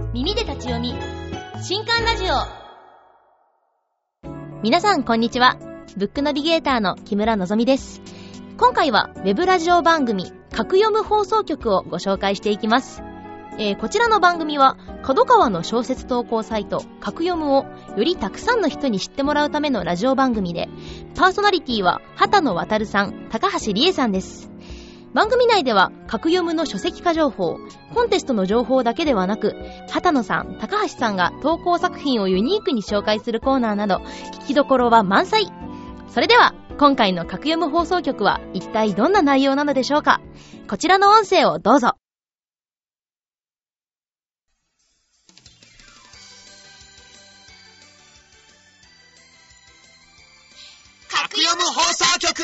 耳で立ち読み新刊ラジオ。皆さんこんにちは。ブックナビゲーターの木村のぞみです。今回はウェブラジオ番組格読む放送局をご紹介していきます。こちらの番組は角川の小説投稿サイト格読むをよりたくさんの人に知ってもらうためのラジオ番組で、パーソナリティは畑野渡さん、高橋理恵さんです。番組内では格読むの書籍化情報、コンテストの情報だけではなく、畑野さん、高橋さんが投稿作品をユニークに紹介するコーナーなど、聞きどころは満載。それでは今回の格読む放送局は一体どんな内容なのでしょうか。こちらの音声をどうぞ。 格読む放送局。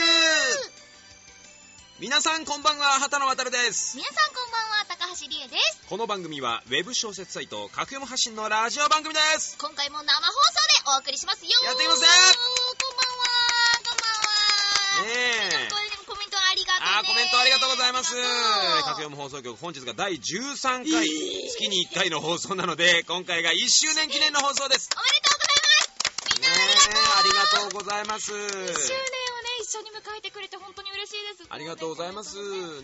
皆さんこんばんは、畑野渡です。 皆さんこんばんは、高橋理恵です。 この番組はウェブ小説サイト格読む発信のラジオ番組です。 今回も生放送でお送りしますよ。 やっていますね。 こんばんは。ねえ、コメントありがとうね。 コメントありがとうございます。格読む放送局、本日が第13回、月に1回の放送なので、今回が1周年記念の放送です。 おめでとうございます。みんなありがとうございます。 1周年をね、一緒に迎えてくれて本当に嬉しいです。 ありがとうございます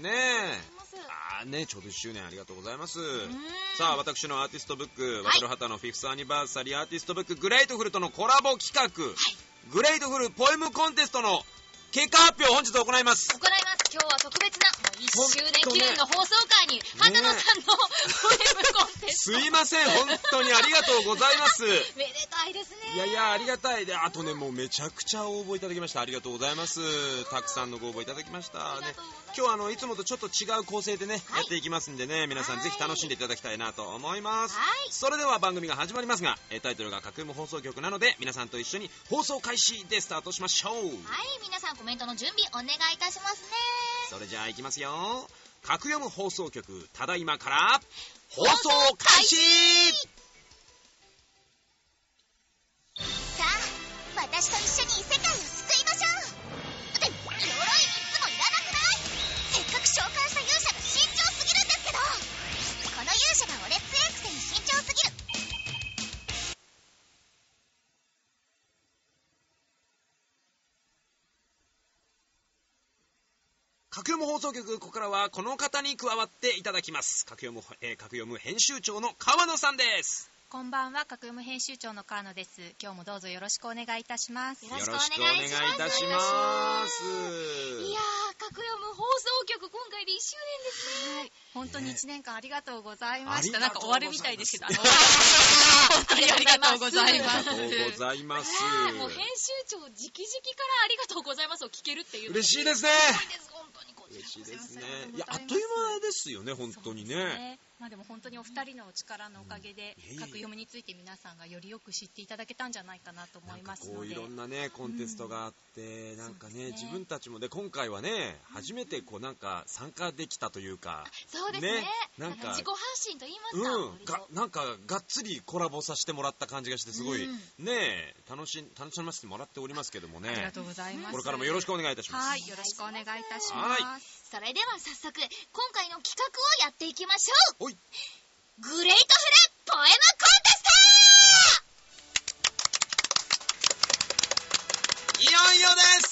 ね。ちょうど1周年ありがとうございます。さあ、私のアーティストブック、渡る畑のフィフスアニバーサリーアーティストブックグレートフルとのコラボ企画、グレートフルポエムコンテストの結果発表を本日行います。 今日は特別な1周年記念の放送会に畑野さんのポエムコンテスト、 すいません、本当にありがとうございます。 めでたいですね。 いやありがたいで、あとね、もうめちゃくちゃ応募いただきました。ありがとうございます。たくさんのご応募いただきましたね。今日はいつもとちょっと違う構成でね、やっていきますんでね、皆さんぜひ楽しんでいただきたいなと思います。それでは番組が始まりますが、タイトルが格読む放送局なので、皆さんと一緒に放送開始でスタートしましょう。 皆さんコメントの準備お願いいたしますね。 それじゃあいきますよ。格読む放送局、ただいまから放送開始。 さあ、私と一緒に世界を救いましょう。で、鎧3つもいらなくない？せっかく召喚した勇者が慎重すぎるんですけど、この勇者が俺強いくせに慎重すぎる。 格読む放送局、ここからはこの方に加わっていただきます。格読む編集長の川野さんです。 こんばんは、格読む編集長の川野です。今日もどうぞよろしくお願いいたします。 よろしくお願いいたします。 いやー、格読む放送局、今回で1周年ですね。 本当に1年間ありがとうございました。なんか終わるみたいですけど、本当にありがとうございます。 ありがとうございます。 もう編集長直々からありがとうございますを聞けるっていう。 嬉しいですね。 本当に嬉しいですね。いや、あっという間ですよね、本当にね。 でも本当にお二人のお力のおかげで、格読むについて皆さんがよりよく知っていただけたんじゃないかなと思いますので、 いろんなねコンテストがあって、なんかね、自分たちもで今回はね、初めてなんか参加できたというか、 そうですね。なんか自己発信と言いますか、 なんかがっつりコラボさせてもらった感じがして、すごいね楽しませてもらっておりますけどもね。 ありがとうございます。 これからもよろしくお願いいたします。 よろしくお願いいたします。 それでは早速今回の企画をやっていきましょう。 グレートフルポエムコンテスト。 いよいよです。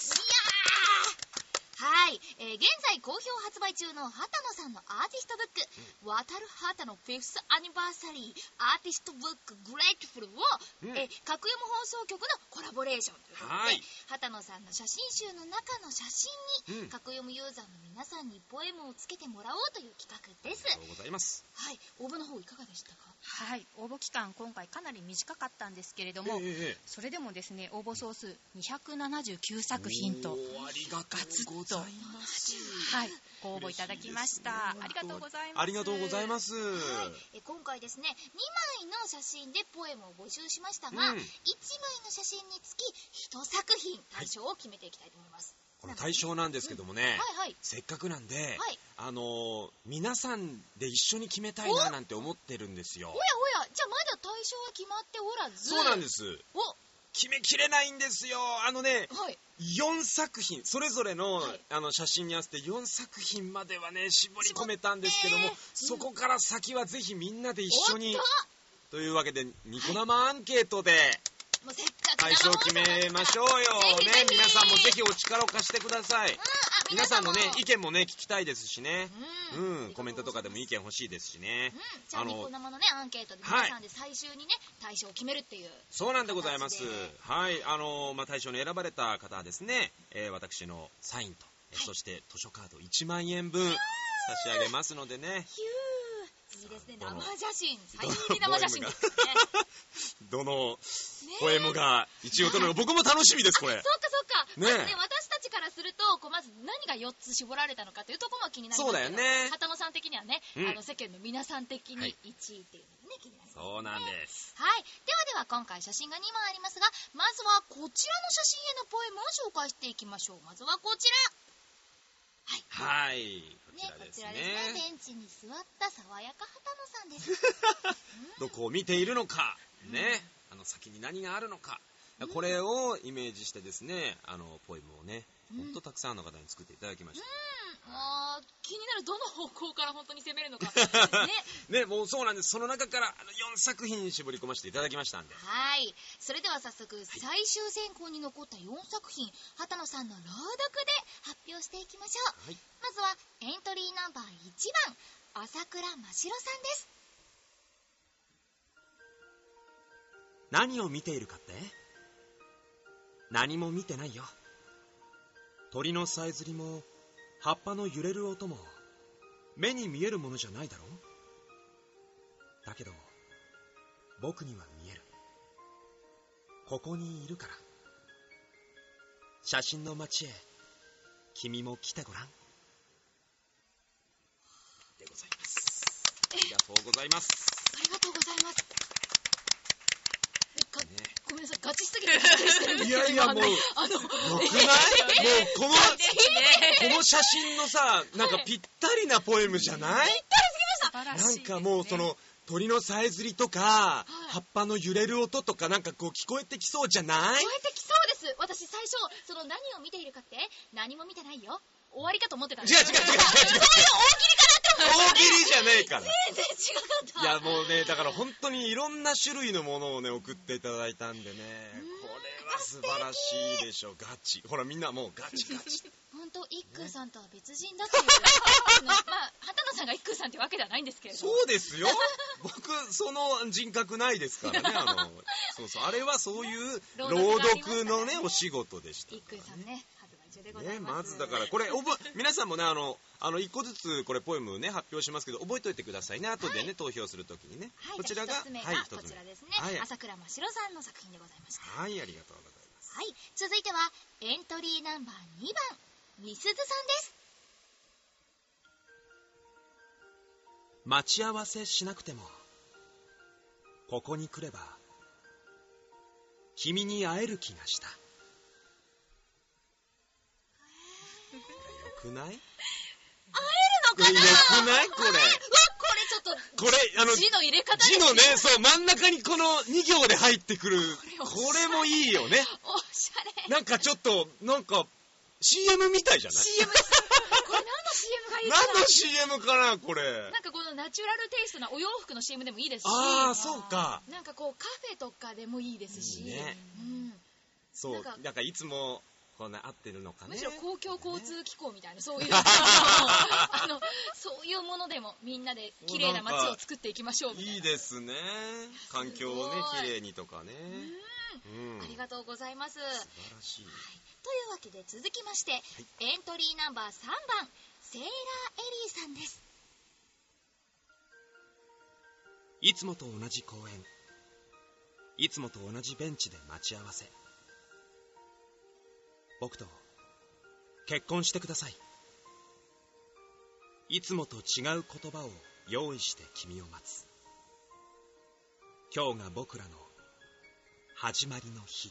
現在好評発売中の畑野さんのアーティストブック、渡る畑のフィフスアニバーサリーアーティストブックグレートフルを、格読む放送局のコラボレーションということで、畑野さんの写真集の中の写真に、格読むユーザーの皆さんにポエムをつけてもらおうという企画です。 ありがとうございます。 応募の方いかがでしたか？ 応募期間今回かなり短かったんですけれども、それでもですね、応募総数279作品とありがとうございます。 ご応募いただきました。ありがとうございます。 ありがとうございます。 今回ですね、2枚の写真でポエムを募集しましたが、1枚の写真につき1作品対象を決めていきたいと思います。 この対象なんですけどもね、せっかくなんで、皆さんで一緒に決めたいななんて思ってるんですよ。 じゃあまだ対象は決まっておらず。 そうなんです。決めきれないんですよ。4作品それぞれの、写真に合わせて4作品まではね絞り込めたんですけども、そこから先はぜひみんなで一緒にというわけでニコ生アンケートでもうせっかく対象決めましょうよぜひぜひね。皆さんもぜひお力を貸してください。皆さんのね意見もね聞きたいですしね、コメントとかでも意見欲しいですしね、 じゃあニコ生のねアンケートで皆さんで最終にね対象を決めるっていう。 そうなんでございます。はい、対象に選ばれた方はですね、私のサインと、そして図書カード1万円分差し上げますのでね。 いいですね、生写真、最初に生写真ですね。 どのポエムが一応とるのか僕も楽しみですこれ。 そうかそうか。 ね、 まずね、私たちからするとまず何が4つ絞られたのかというところも気になりますけど。 そうだよね。 畑野さん的にはね、世間の皆さん的に1位っていうのがね気になりますね。 そうなんです。 はい。では今回写真が2枚ありますが、まずはこちらの写真へのポエムを紹介していきましょう。まずはこちら。 はい、こちらですね。 ベンチに座った爽やか畑野さんです。 どこを見ているのか、ね、先に何があるのか、これをイメージしてですね、ポエムをね、ほんとたくさんの方に作っていただきました。 気になる、どの方向から本当に攻めるのかね、もうそうなんです。その中から4作品絞り込ませていただきましたんで。 はい。それでは早速、最終選考に残った4作品、畑野さんの朗読で発表していきましょう。まずはエントリーナンバー1番、朝倉真白さんです。 何を見ているかって？何も見てないよ。鳥のさえずりも葉っぱの揺れる音も目に見えるものじゃないだろう。だけど僕には見える。ここにいるから。写真の街へ君も来てごらん。でございます。ありがとうございます。 ありがとうございます。ごめんなさい、ガチすぎてびっくりしてるんですけど。 いやもう、よくない？もうこの写真のさ、なんかぴったりなポエムじゃない？ぴったりすぎました。なんかもうその鳥のさえずりとか、葉っぱの揺れる音とかなんかこう聞こえてきそうじゃない？聞こえてきそうです。私最初その何を見ているかって何も見てないよ。終わりかと思ってたんです。 違う。そういう大喜利かなって思って。大喜利じゃねえから。 全然違かった。 いやもうね、だから本当にいろんな種類のものをね送っていただいたんでね、これは素晴らしいでしょ。ガチ。ほらみんなもうガチ。 本当一空さんとは別人だっていう。まあ畑野さんが一空さんってわけではないんですけれど。 そうですよ。僕その人格ないですからね。そうあれはそういう朗読のねお仕事でしたからね。 一空さんね。 まずだからこれ皆さんもね一個ずつこれポエムね発表しますけど覚えておいてくださいね。後でね投票するときにね。こちらが 1つ目がこちらですね。朝倉真白さんの作品でございました。 はい、ありがとうございます。 はい、続いてはエントリーナンバー2番みすずさんです。 待ち合わせしなくてもここに来れば君に会える気がした。よくない？会えるのかな？ よくない？これ。 これちょっと。これ字の入れ方ですね。 字のね、そう真ん中にこの2行で入ってくる。これもいいよね。 おしゃれ。 なんかちょっとなんか CM みたいじゃない？ CM です。これ何の CM がいいかな？ 何の CM かなこれ。 なんかこのナチュラルテイストなお洋服の CM でもいいですし。 ああ、そうか。 なんかこうカフェとかでもいいですし。 ね。そう。なんかいつも。こんな合ってるのかね。 むしろ公共交通機構みたいなそういうそういうものでもみんなで綺麗な街を作っていきましょうみたいな。 いいですね。環境をね綺麗にとかね。 ありがとうございます。素晴らしい。というわけで続きまして、エントリーナンバー3番セーラーエリーさんです。 いつもと同じ公園、いつもと同じベンチで待ち合わせ。僕と結婚してください。いつもと違う言葉を用意して君を待つ。今日が僕らの始まりの日。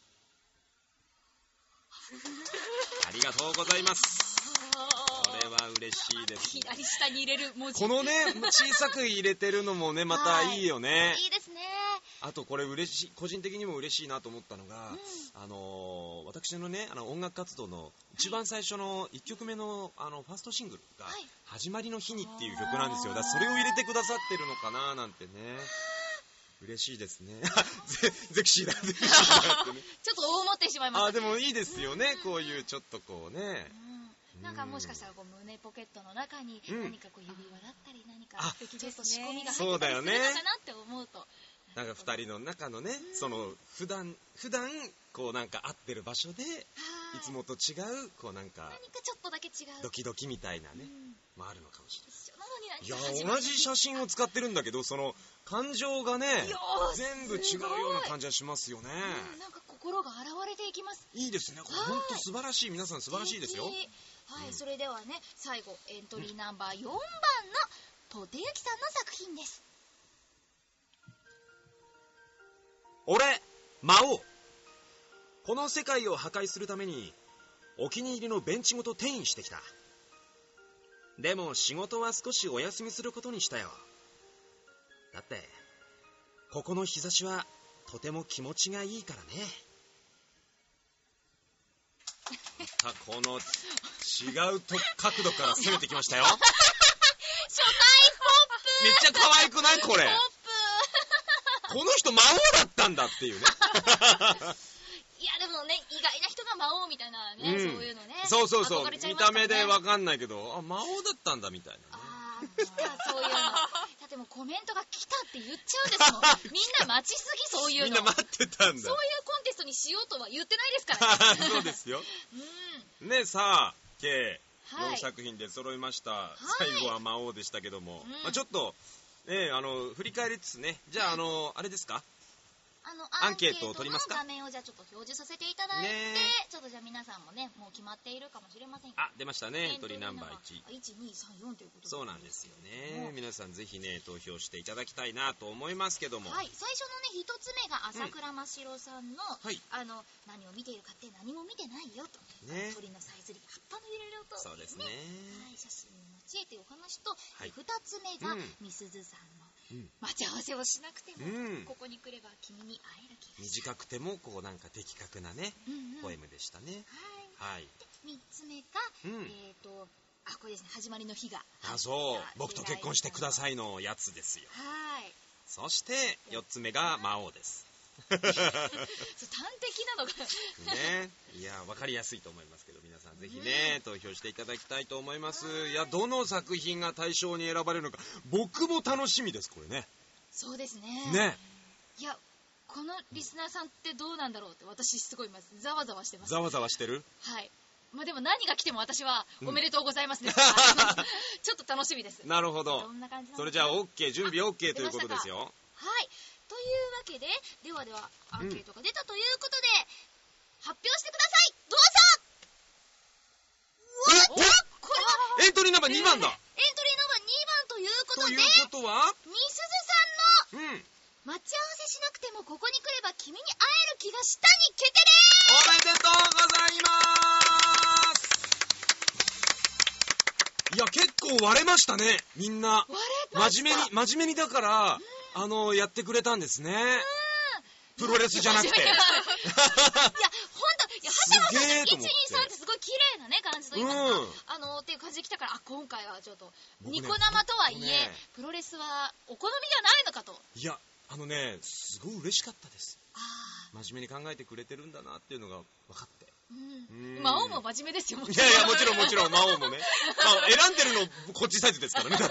ありがとうございます。これは嬉しいです、ね、 左下に入れる文字。 このね小さく入れてるのもねまたいいよね。 いいですね。 あとこれ嬉しい、個人的にも嬉しいなと思ったのが、私のね音楽活動の一番最初の1曲目のファーストシングルが「始まりの日に」っていう曲なんですよ。だからそれを入れてくださってるのかななんてね。 嬉しいですね。ゼクシーだってね。 ちょっと大持ってしまいました。 でもいいですよね、こういうちょっとこうね。 なんかもしかしたらこう胸ポケットの中に何かこう指輪だったり何か素敵ですね。 仕込みが入ってたりするのかなって思うと、 なんか2人の中のね、その普段こうなんか会ってる場所でいつもと違うこうなんか何かちょっとだけ違うドキドキみたいなね、あるのかもしれない。 一緒なのに何いやか始まり同じ写真を使ってるんだけど、その感情がねいや全部違うような感じがしますよね。 なんか心が洗われていきます。 いいですね、これ本当素晴らしい。皆さん素晴らしいですよ。 はい、それではね、最後エントリーナンバー4番のとてゆきさんの作品です。 俺魔王、この世界を破壊するためにお気に入りのベンチごと転移してきた。でも仕事は少しお休みすることにしたよ。だってここの日差しはとても気持ちがいいからね。この違う角度から攻めてきましたよ。 初回ポップめっちゃ可愛くないこれ。 ポッこの人魔王だったんだっていうね。 いやでもね、意外な人が魔王みたいなね、そういうのね。 そう憧れちゃいましたね。 見た目でわかんないけど、魔王だったんだみたいなね。 来た、そういうの。だってもうコメントが来たって言っちゃうんですもん。みんな待ちすぎ、そういうの。 みんな待ってたんだ。 そういうコンテストにしようとは言ってないですからね。 そうですよ。ね、さあ計4作品で揃いました。最後は魔王でしたけども、ちょっと振り返りつつね、じゃああれですか、アンケートを取りますか。 画面をじゃあちょっと表示させていただいて、ちょっとじゃあ皆さんもね、もう決まっているかもしれませんが、 出ましたね、エントリーナンバー1。 1234ということで、 そうなんですよね。皆さんぜひね投票していただきたいなと思いますけども、 はい、最初のね一つ目が朝倉真白さんの、何を見ているかって何も見てないよと、鳥のさえずり、葉っぱの揺れる音、 そうですね、 写真の知恵というお話と、2つ目がみすずさんの待ち合わせをしなくても、ここに来れば君に会える気がする。 短くてもこうなんか的確なね、ポエムでしたね。はい。 3つ目が、これですね、始まりの日が。 そう、僕と結婚してくださいのやつですよ。 はい。 そして4つ目が魔王です。 端的なのがね、いや分かりやすいと思いますけど、皆さんぜひね、投票していただきたいと思います。いや、どの作品が大賞に選ばれるのか僕も楽しみです、これね。 そうですね。いや、このリスナーさんってどうなんだろうって私すごいざわざわしてます。 ざわざわしてる。 はい。でも何が来ても私はおめでとうございますね。ちょっと楽しみです。 なるほど。それじゃあ OK、準備 OK ということですよ。 はい。というわけで、ではアンケートが出たということで、発表してください。どうぞ。これはエントリーナンバー2番だ。 エントリーナンバー2番ということで、 ということはみすずさんの待ち合わせしなくてもここに来れば君に会える気がしたに決定です。 おめでとうございます。いや、結構割れましたね、みんな。真面目にだから、やってくれたんですね。プロレスじゃなくて。いや、ほんと、 畑野さんの1、2、3ってすごい綺麗なね、感じと言いますか、っていう感じで来たから、今回はちょっと、ニコ生とはいえ、プロレスはお好みじゃないのかと。 いや、すごい嬉しかったです。真面目に考えてくれてるんだなっていうのが分かって。 魔王も真面目ですよ。 いや、もちろん魔王もね。選んでるのこっちサイズですからね、だって。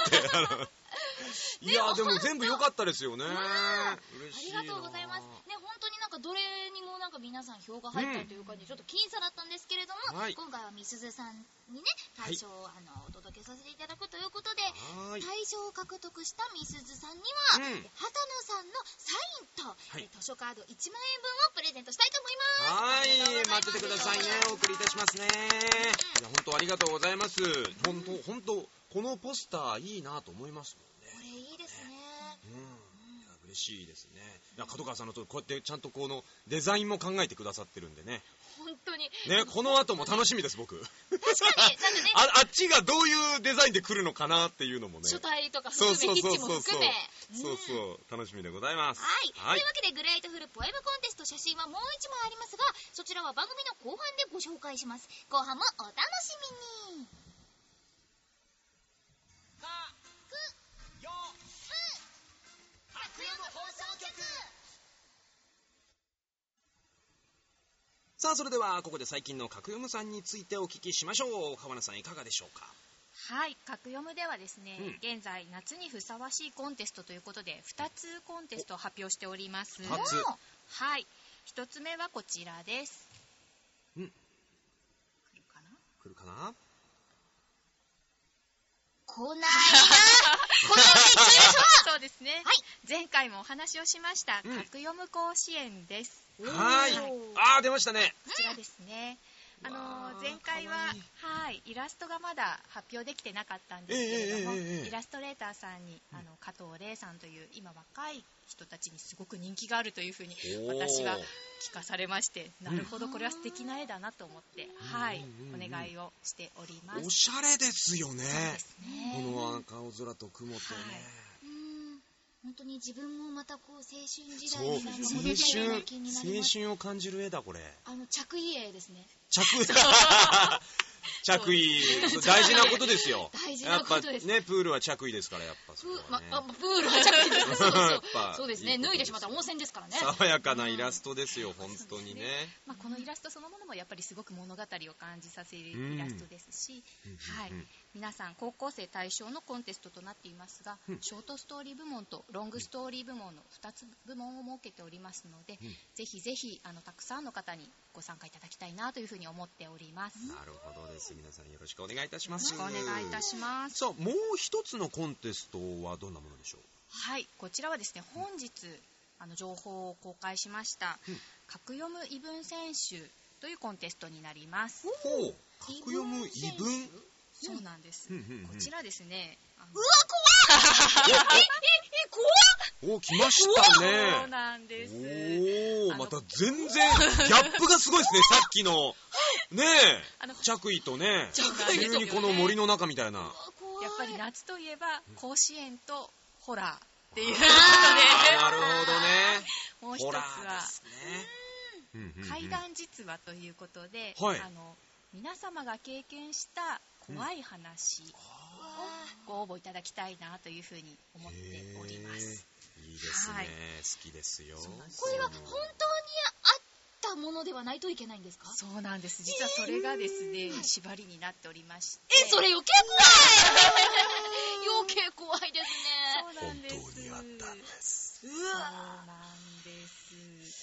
いや、でも全部良かったですよね。嬉しいな。 ありがとうございます。ね、本当になんかどれにもなんか皆さん票が入ったという感じで、ちょっと僅差だったんですけれども、今回はみすずさんにね、大賞をお届けさせていただくということで、大賞を獲得したみすずさんには、畑野さんのサインと、図書カード1万円分をプレゼントしたいと思います。 はい、待っててくださいね。お送りいたしますね。いや、本当ありがとうございます。本当このポスターいいなと思いますもんね。 これいいですね。 嬉しいですね。いや、角川さんのとこうやってちゃんとこのデザインも考えてくださってるんでね。 本当にね、この後も楽しみです、僕。 確かに、なんかね、 あっちがどういうデザインで来るのかなっていうのもね。 書体とか含め、キッチンも含め。 楽しみでございます。 はい。というわけで、グレートフルポエムコンテスト写真はもう1枚ありますが、そちらは番組の後半でご紹介します。後半もお楽しみに。白山放送局さあそれではここで最近の格読むさんについてお聞きしましょう。川名さんいかがでしょうか。 はい、格読むではですね、現在夏にふさわしいコンテストということで2つコンテストを発表しております。 2つ。 はい、1つ目はこちらです。 来るかな？ 来るかな？ こないなこのそうですね、はい、前回もお話をしました、格読む甲子園です。 はい、出ましたね。 こちらですね。前回は、はい、イラストがまだ発表できてなかったんですけれども、イラストレーターさんに加藤玲さんという今若い人たちにすごく人気があるというふうに私は聞かされまして、なるほどこれは素敵な絵だなと思って、はい、お願いをしております。 おしゃれですよね。 そうですね、 この青空と雲とね、 本当に自分もまたこう青春時代になんか戻ったような気になります。 青春を感じる絵だこれ。 着衣絵ですね。 着衣大事なことですよ。 大事なことです。 やっぱね、プールは着衣ですから、やっぱそれはね。 プールは着衣です。そうですね。脱いでしまったら温泉ですからね。 爽やかなイラストですよ、本当にね。 このイラストそのものもやっぱりすごく物語を感じさせるイラストですし、はい、皆さん高校生対象のコンテストとなっていますが、ショートストーリー部門とロングストーリー部門の2つ部門を設けておりますので、ぜひぜひたくさんの方にご参加いただきたいなというふうに思っております。 なるほどです。皆さんよろしくお願いいたします。 よろしくお願いいたします。 さあ、もう一つのコンテストはどんなものでしょう。 はい、こちらはですね、本日情報を公開しました格読む異文選手というコンテストになります。 ほう、格読む異文。 そうなんです。こちらですね。 うわ、怖い。 怖っ。お、来ましたね。 そうなんです。 おお、また全然ギャップがすごいですね。さっきのねえ、着衣とね、急にこの森の中みたいな。 やっぱり夏といえば甲子園とホラーっていうことで。 なるほどね。 もう一つは怪談実話ということで、皆様が経験した怖い話をご応募いただきたいなというふうに思っております。 いいですね、好きですよ。 これは本当にあったものではないといけないんですか？ そうなんです。実はそれがですね、縛りになっておりまして。 それ余計怖い。余計怖いですね。 そうなんです。 本当にあったんです。 そうなんです。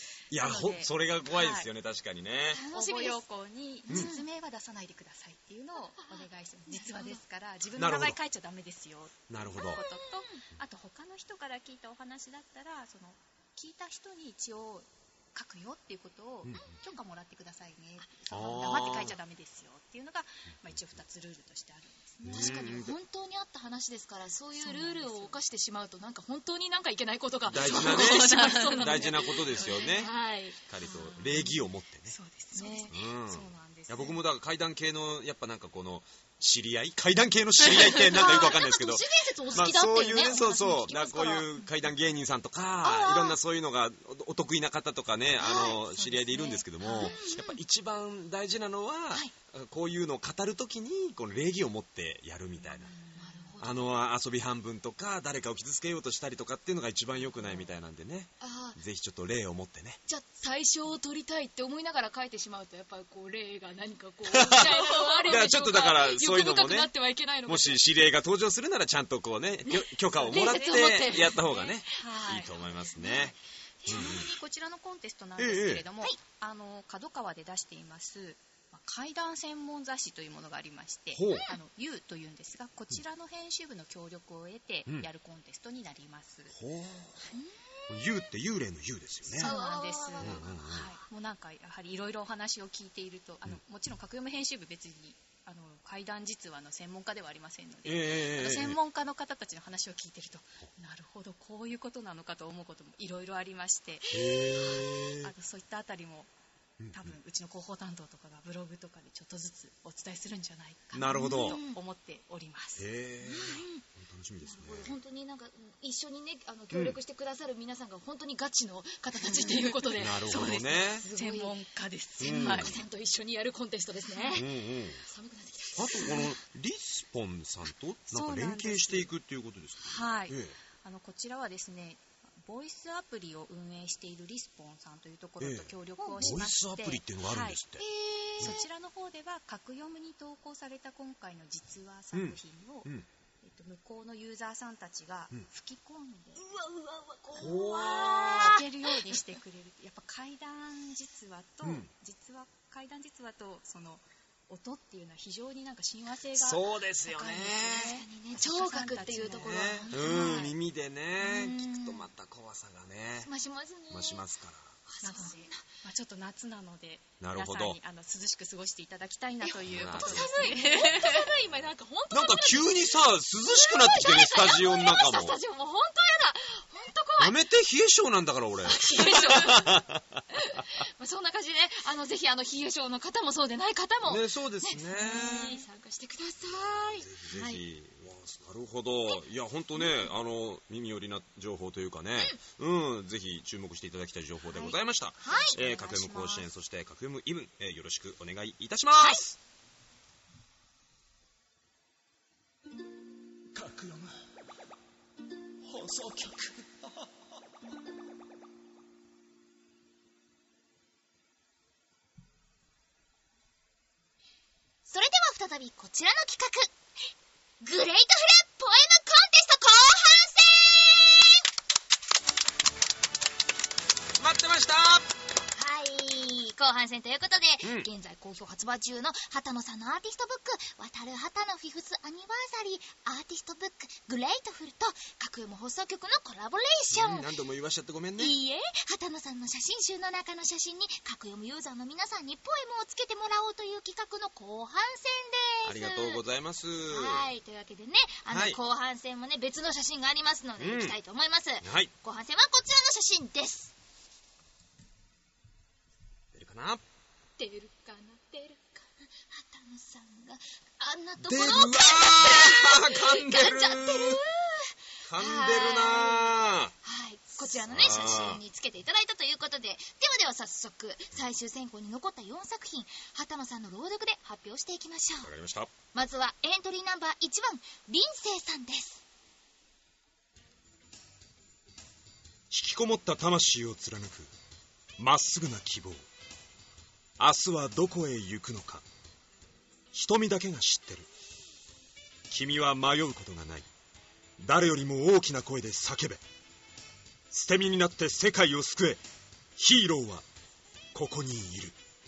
いや、それが怖いですよね、確かにね。 応募要項に実名は出さないでくださいっていうのをお願いします。実話ですから自分の名前書いちゃダメですよ。 なるほど。 ことと、あと他の人から聞いたお話だったら、聞いた人に一応書くよっていうことを許可もらってくださいね。黙って書いちゃダメですよっていうのが、一応2つルールとしてあるんですね。 確かに本当にあった話ですから、そういうルールを犯してしまうとなんか本当にいけないことが大事なね、大事なことですよね。 はい。 しっかりと礼儀を持ってね。 そうですね。そうなんです。 いや、僕もだから怪談系のやっぱなんかこの知り合い、怪談系の知り合いってなんかよくわかんないですけど、 都市伝説お好きだっていうね。 そう、こういう怪談芸人さんとかいろんなそういうのがお得意な方とかね、知り合いでいるんですけども、やっぱ一番大事なのはこういうのを語るときにこの礼儀を持ってやるみたいな。遊び半分とか誰かを傷つけようとしたりとかっていうのが一番良くないみたいなんでね、ぜひちょっと礼を持ってね。 じゃあ最初を取りたいって思いながら書いてしまうと、やっぱりこう礼が何かこうみたいなのがあるんでしょうか。 ちょっとだからそういうのもね、もし指令が登場するならちゃんとこうね、許可をもらってやった方がね、いいと思いますね。 ちなみにこちらのコンテストなんですけれども、角川で出しています怪談専門雑誌というものがありまして、U というんですが、こちらの編集部の協力を得てやるコンテストになります。 U って幽霊の U ですよね。 そうなんです。もうなんかやはりいろいろお話を聞いていると、もちろん格読む編集部別に怪談実話の専門家ではありませんので、専門家の方たちの話を聞いていると、なるほどこういうことなのかと思うこともいろいろありまして、そういったあたりも多分うちの広報担当とかがブログとかでちょっとずつお伝えするんじゃないかなと思っております。 楽しみですね。 本当になんか一緒にね協力してくださる皆さんが本当にガチの方たちということで、 なるほどね。 専門家です。 専門家さんと一緒にやるコンテストですね。寒くなってきた。 あとこのリスポンさんとなんか連携していくっていうことですか。 はい。こちらはですね、 ボイスアプリを運営しているリスポンさんというところと協力をしまして、 ボイスアプリっていうのがあるんですって、 そちらの方では格読むに投稿された今回の実話作品を、向こうのユーザーさんたちが吹き込んで、聞けるようにしてくれる。やっぱ怪談実話と、怪談実話とその音っていうのは非常になんか親和性がそうですよね。 聴覚っていうところ、 耳でね聞くとまた怖さがね増しますね。 増しますから。 なので、ちょっと夏なのでなるほど、 皆さんに涼しく過ごしていただきたいなということですね。本当寒い今なんか本当なんか急にさ涼しくなってきてね、スタジオの中も。 スタジオも本当やだ。本当怖い。 やめて、冷え性なんだから俺。冷え性。そんな感じでね、ぜひ冷え性の方もそうでない方もね、そうですね。 参加してください。 ぜひぜひ。なるほど。いや本当ね、耳寄りな情報というかね、ぜひ注目していただきたい情報でございました。格読む甲子園、そして格読むイブン、よろしくお願いいたします。 格読む放送局。 それでは再びこちらの企画、グレートフルポエムコンテスト後半戦。 待ってました。 後半戦ということで、現在好評発売中の畑野さんのアーティストブック、渡る畑野フィフスアニバーサリーアーティストブックグレートフルと格読む放送局のコラボレーション。 何度も言わしちゃってごめんね。 いいえ、畑野さんの写真集の中の写真に格読むユーザーの皆さんにポエムをつけてもらおうという企画の後半戦です。 ありがとうございます。 というわけでね、後半戦もね別の写真がありますので、いきたいと思います。後半戦はこちらの写真です。出るかな畑野さんがあんなところを噛んじゃってる。 噛んでるな。 こちらのね写真につけていただいたということで、では早速最終選考に残った4作品、畑野さんの朗読で発表していきましょう。 わかりました。 まずはエントリーナンバー1番林生さんです。 引きこもった魂を貫くまっすぐな希望。明日はどこへ行くのか、瞳だけが知ってる。君は迷うことがない。誰よりも大きな声で叫べ。捨て身になって世界を救え。ヒーローはここにいる。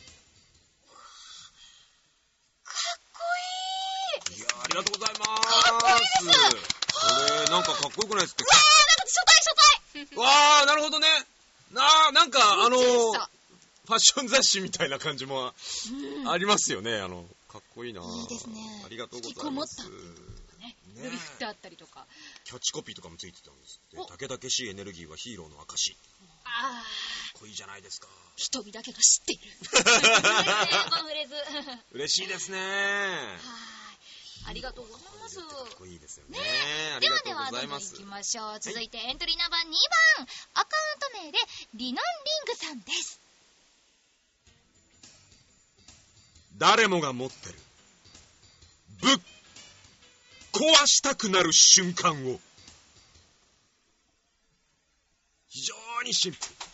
かっこいい。 いや、ありがとうございます。 かっこいいです。 これなんかかっこよくないですか。 なんか初対。 わー、なるほどね。なんかファッション雑誌みたいな感じもありますよね。かっこいいな。 いいですね。 ありがとうございます。 ドリフってあったりとか、 キャッチコピーとかもついてたんですって。たけだけしいエネルギーはヒーローの証。かっこいいじゃないですか。 瞳だけが知っている。このフレーズ嬉しいですね。 ありがとうございます。 かっこいいですよね。 ではどんどんいきましょう。続いてエントリーナンバー2番、アカウント名でリノンリングさんです。 誰もが持ってるぶっ壊したくなる瞬間を。非常にシンプル。 こ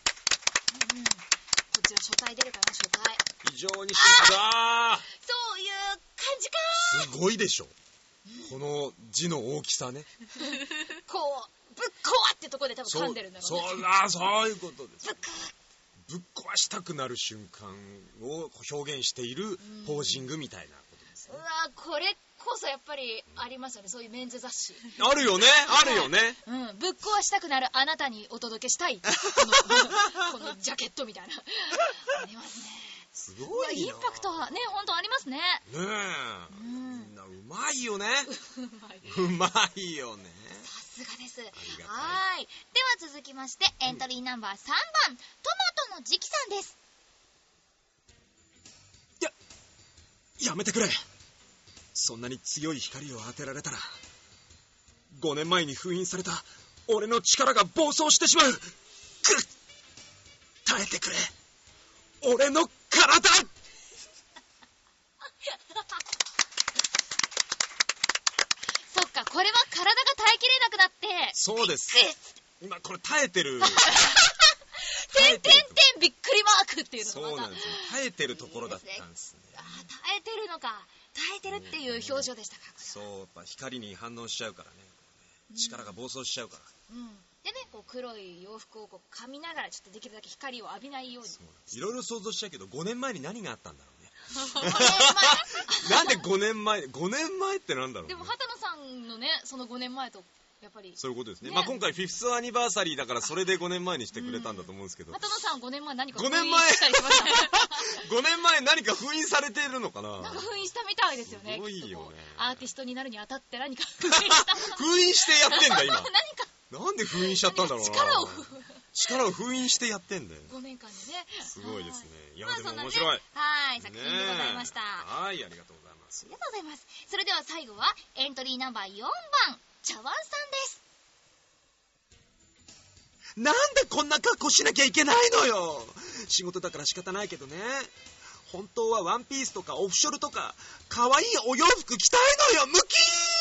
ちら初回出るかな。初回非常にシンプル。 そういう感じか。 すごいでしょ、この字の大きさね。 こうぶっ壊ってとこで多分噛んでるんだろうね。 そういうことです。ぶっ壊したくなる瞬間を表現しているポージングみたいなことですね。 これこそやっぱりありますよね、そういうメンズ雑誌。 あるよね、あるよね。 ぶっ壊したくなるあなたにお届けしたいこのジャケットみたいなありますね。 すごいな。 インパクトはね、本当ありますね。 ねえ、みんなうまいよね。うまいよね。 さすがです。はい。では続きまして、エントリーナンバー3番、トマトの時期さんです。 やめてくれ。そんなに強い光を当てられたら、5年前に封印された俺の力が暴走してしまう。耐えてくれ、俺の体。 そっか、これは体が耐えきれなくなって、 そうです。 今これ耐えてるてんてんてんびっくりマークっていうのがそうなんですよ。耐えてるところだったんですね。 耐えてるのか、耐えてるっていう表情でしたか。 そう、やっぱ光に反応しちゃうからね、力が暴走しちゃうから。 でね、こう黒い洋服をこう噛みながらちょっとできるだけ光を浴びないように。 いろいろ想像しちゃうけど、5年前に何があったんだろうね。なんで5年前ってなんだろうね。 でも畑野さんのね、その5年前とやっぱりそういうことですね。まあ今回フィフスアニバーサリーだからそれで5年前にしてくれたんだと思うんですけど。 畑野さん5年前何か 5年前5年前何か封印されているのかな。 なんか封印したみたいですよね。 すごいよね。 アーティストになるにあたって何か封印した封印してやってんだ今。 何かなんで封印しちゃったんだろうな。力を封印してやってんだよ。 5年間でね。 すごいですね。いや、でも面白い。 はい、作品でございました。 はい、ありがとうございます。 ありがとうございます。それでは最後はエントリーナンバー4番、茶碗さんです。 なんでこんな格好しなきゃいけないのよ。仕事だから仕方ないけどね。本当はワンピースとかオフショルとか可愛いお洋服着たいのよ。ムキー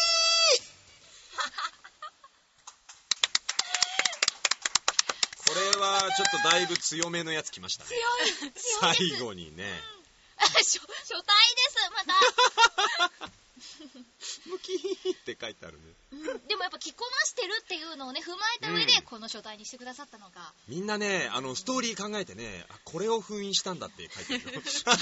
これはちょっとだいぶ強めのやつ来ましたね。 強い最後にね。 初対ですまた。 ムキーって書いてあるね。 でもやっぱ着こなしてるっていうのをね踏まえた上でこの書体にしてくださったのが、 みんなねストーリー考えてね、これを封印したんだって書いてるよ。5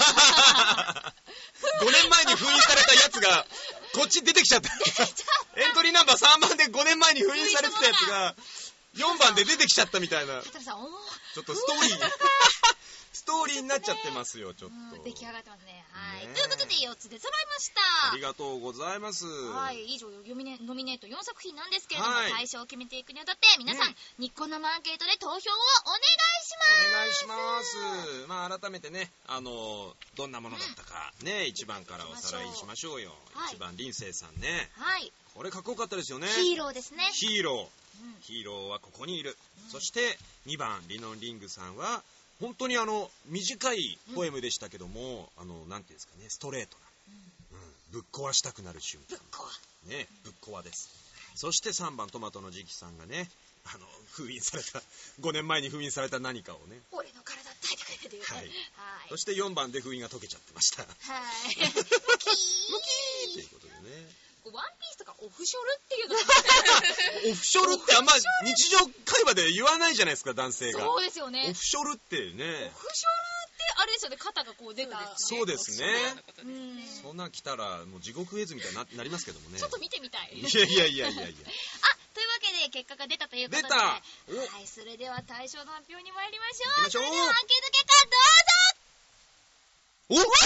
年前に封印されたやつがこっち出てきちゃった。エントリーナンバー3番で5年前に封印されてたやつが4番で出てきちゃったみたいな。ちょっとストーリーになっちゃってますよ。ちょっと出来上がってますね。はい、ということで4つで揃いました。 ありがとうございます。 はい、以上ノミネート4作品なんですけれども、大賞を決めていくにあたって皆さん、ニッコ生アンケートで投票をお願いします。 お願いします。まあ改めてねどんなものだったかね、1番からおさらいしましょうよ。1番林星さんね。 はい。 これかっこよかったですよね。 ヒーローですね。 ヒーローはここにいる。そして2番リノンリングさんは本当に短いポエムでしたけども、なんていうんですかね、ストレートな、ぶっ壊したくなる瞬間ね、ぶっ壊です。そして3番トマトの時期さんがね、封印された5年前に封印された何かをね、 俺の体耐えてくれてるよね。はい。 そして4番で封印が解けちゃってました。はい。ムキーということでね。 ワンピースとかオフショルっていうのオフショルってあんま日常会話で言わないじゃないですか、男性が。 そうですよね。 オフショルってね。 オフショルってあれですよね、肩がこう出た。 そうですね。そんな来たらもう地獄絵図みたいになりますけどもね。 ちょっと見てみたい。 いや。というわけで結果が出たということで。 出た。 はい、それでは大賞の発表に参りましょう。 それではアンケート結果どうぞ。 お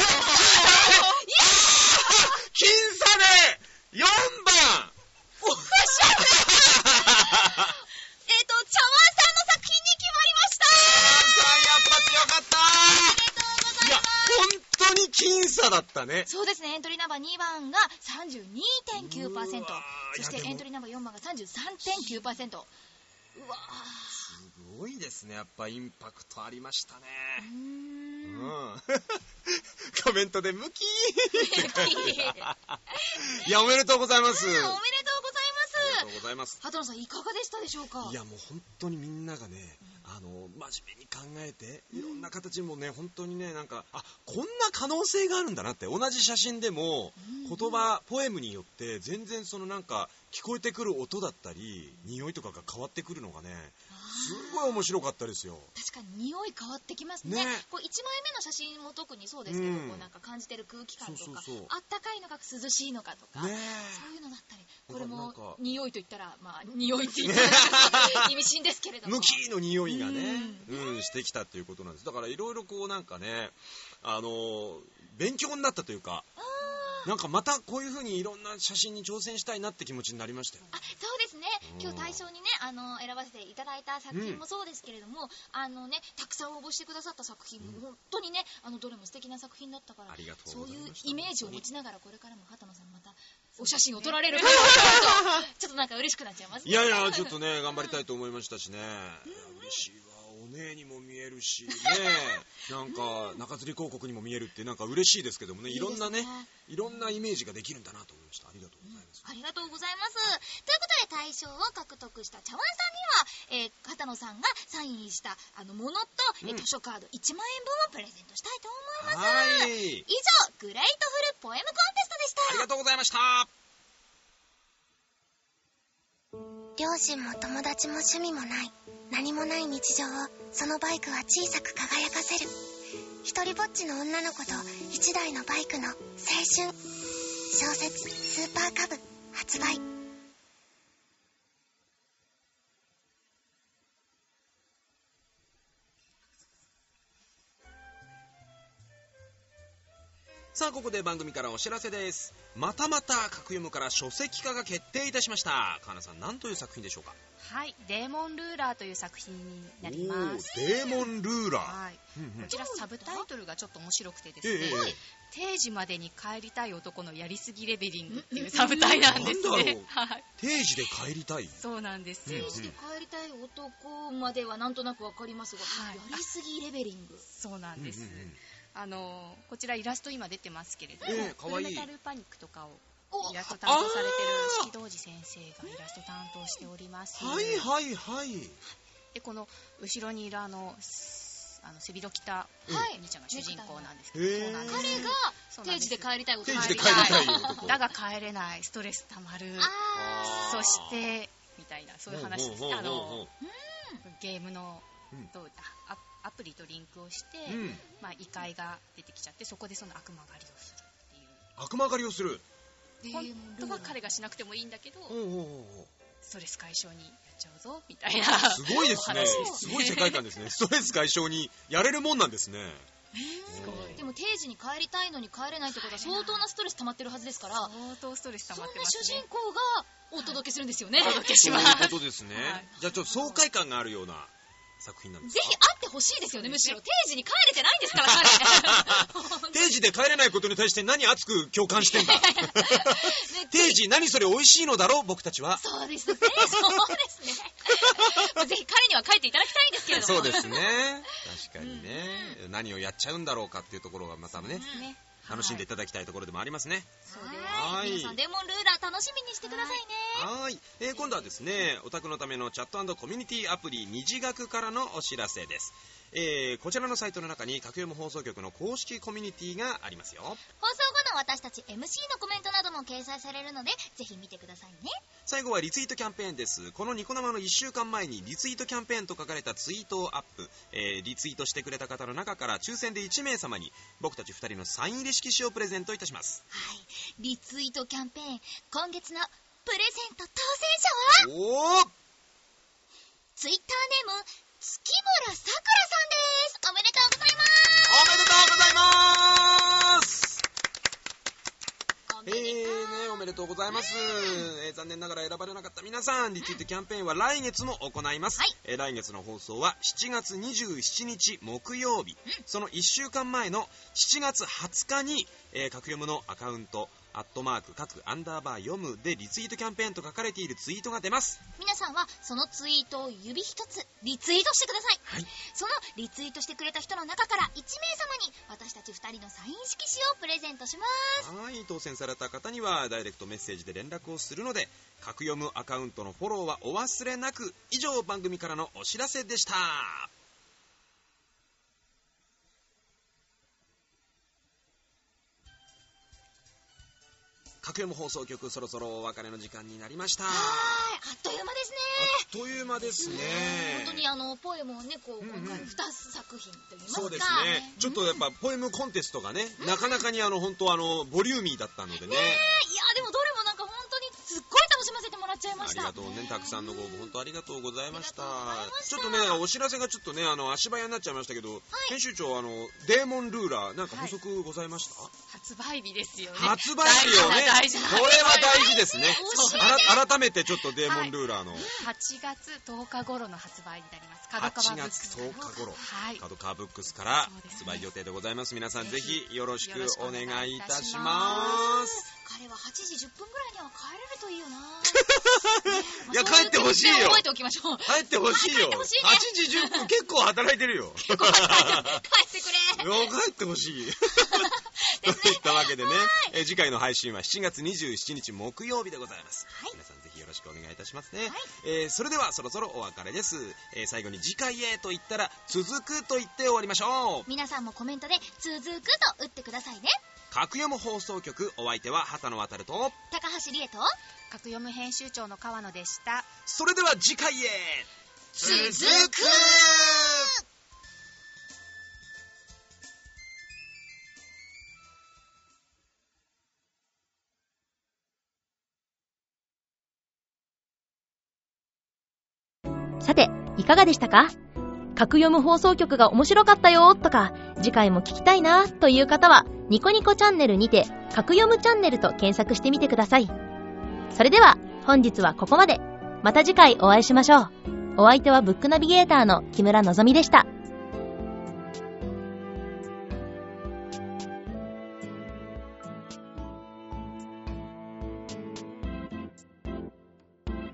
僅差で4番オフショル茶碗さんの作品に決まりました。 やっぱ強かった。 ありがとうございます。 本当に僅差だったね。 そうですね。エントリーナンバー2番が 32.9%、 そしてエントリーナンバー4番が 33.9%。 うわすごいですね。やっぱインパクトありましたね。コメントでムキーって書いていや、おめでとうございます。 おめでとうございます。畑野さんいかがでしたでしょうか。 いや、もう本当にみんながね、真面目に考えていろんな形もね、本当にね、なんかこんな可能性があるんだなって。同じ写真でも言葉、ポエムによって全然なんか聞こえてくる音だったり匂いとかが変わってくるのがね、すごい面白かったですよ。 確かに匂い変わってきますね。こう1枚目の写真も特にそうですけど、こうなんか感じてる空気感とか、あったかいのか涼しいのかとか、そういうのだったり、これも匂いと言ったら、まあ匂いって言ったら意味深ですけれども、 無気の匂いがね、してきたっていうことなんです。だからいろいろこうなんかね、勉強になったというか、なんかまたこういう風にいろんな写真に挑戦したいなって気持ちになりましたよ。 そうですね。今日大賞にね選ばせていただいた作品もそうですけれども、たくさん応募してくださった作品も本当にねどれも素敵な作品だったから、そういうイメージを持ちながらこれからも畑野さんまたお写真を撮られるかとちょっとなんか嬉しくなっちゃいますね。 いやいや、ちょっとね頑張りたいと思いましたしね。嬉しいわ。お姉にも見えるしね、なんか中吊り広告にも見えるってなんか嬉しいですけどもね、いろんなね、いろんなイメージができるんだなと思いました。ありがとうございます。 ありがとうございます。ということで大賞を獲得した茶碗さんには畑野さんがサインしたものと、図書カード1万円分をプレゼントしたいと思います。 はい。 以上、グレートフルポエムコンテストでした。 ありがとうございました。 両親も友達も趣味もない何もない日常をそのバイクは小さく輝かせる。一人ぼっちの女の子と一台のバイクの青春。小説スーパーカブ発売。 さあ、ここで番組からお知らせです。またまた格読むから書籍化が決定いたしました。川名さん、何という作品でしょうか？ はい、デーモンルーラーという作品になります。 デーモンルーラー、 はい、こちらサブタイトルがちょっと面白くてですね、定時までに帰りたい男のやりすぎレベリングっていうサブタイなんですね。はい、 定時で帰りたい。 そうなんですよ。 定時で帰りたい男まではなんとなくわかりますが、やりすぎレベリング。 そうなんです。こちらイラスト今出てますけれども、 かわいい。 フルメタルパニックとかをイラスト担当されてる四季道次先生がイラスト担当しております。 はいはいはい。 で、この後ろにいる背広着たお兄ちゃんが主人公なんですけど、そうなんです。 彼が定時で帰りたい男。 定時で帰りたい男。 だが帰れない、ストレスたまる、そしてみたいな、そういう話です。ゲームのアプリとリンクをして、異界が出てきちゃって、そこでその悪魔狩りをするっていう。 悪魔狩りをする。 本当は彼がしなくてもいいんだけど、ストレス解消にやっちゃうぞみたいな。 すごいですね。すごい世界観ですね。ストレス解消にやれるもんなんですね。 すごい。でも定時に帰りたいのに帰れないってことは相当なストレス溜まってるはずですから、 相当ストレス溜まってますね。 そんな主人公がお届けするんですよね。 お届けします。 そういうことですね。じゃあちょっと爽快感があるような作品なんですか？ ぜひ会ってほしいですよね。むしろ定時に帰れてないんですから彼。 定時で帰れないことに対して何熱く共感してんだ。定時何それ美味しいのだろう僕たちは。 そうですね。そうですね。ぜひ彼には帰っていただきたいんですけれども。 そうですね。確かにね、何をやっちゃうんだろうかっていうところがまたね、楽しんでいただきたいところでもありますね。 はい。皆さんデーモンルーラー楽しみにしてくださいね。 はい。今度はですね、オタクのためのチャット&コミュニティアプリ虹学からのお知らせです。こちらのサイトの中に格読む放送局の公式コミュニティがありますよ。放送後の私たち MC のコメントなども掲載されるので、ぜひ見てくださいね。 最後はリツイートキャンペーンです。このニコ生の1週間前にリツイートキャンペーンと書かれたツイートをアップ、リツイートしてくれた方の中から抽選で1名様に僕たち2人のサイン入り色紙をプレゼントいたします。 はい。リツイートキャンペーン、今月のプレゼント当選者はツイッターネーム月村さくらさんです。おめでとうございます。 おめでとうございます。おめでとうございます。残念ながら選ばれなかった皆さん、リツイートキャンペーンは来月も行います。来月の放送は7月27日木曜日、その1週間前の7月20日に、格読むのアカウント各アンダーバー読むでリツイートキャンペーンと書かれているツイートが出ます。 皆さんはそのツイートを指一つリツイートしてください。はい、そのリツイートしてくれた人の中から1名様に私たち2人のサイン色紙をプレゼントします。 はい、当選された方にはダイレクトメッセージで連絡をするので、格読むアカウントのフォローはお忘れなく。以上、番組からのお知らせでした。格読む放送局、そろそろお別れの時間になりました。 あっという間ですね。 あっという間ですね。 本当にポエムをね、今回2作品といいますか。 そうですね。ちょっとやっぱポエムコンテストがね、なかなかに本当ボリューミーだったのでね。いやでもどれもなんか本当にすっごい楽しませてもらっちゃいました。 ありがとうね、たくさんのご応募本当ありがとうございました。ちょっとね、お知らせがちょっとね、足早になっちゃいましたけど、編集長デーモンルーラーなんか補足ございました？ 発売日ですよね。 発売日よね。これは大事ですね。改めてちょっとデーモンルーラーの 8月10日頃の発売になります。 8月10日頃、角川ブックスから発売予定でございます。皆さんぜひよろしくお願いいたします。 彼は8時10分ぐらいには帰れるといいよな。 いや、帰ってほしいよ。 覚えておきましょう。 帰ってほしいよ。8時10分結構働いてるよ。帰ってくれ。帰ってほしい。といったわけでね、次回の配信は7月27日木曜日でございます。皆さんぜひよろしくよろしくお願いいたしますね。はい、それではそろそろお別れです。最後に次回へと言ったら続くと言って終わりましょう。 皆さんもコメントで続くと打ってくださいね。 格読む放送局、お相手は畑野渡と高橋理恵と格読む編集長の川野でした。 それでは次回へ続く。 さて、いかがでしたか？格読む放送局が面白かったよとか、次回も聞きたいなという方は、ニコニコチャンネルにて、格読むチャンネルと検索してみてください。それでは、本日はここまで。また次回お会いしましょう。お相手はブックナビゲーターの木村のぞみでした。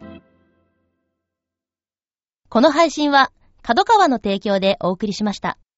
この配信は、角川の提供でお送りしました。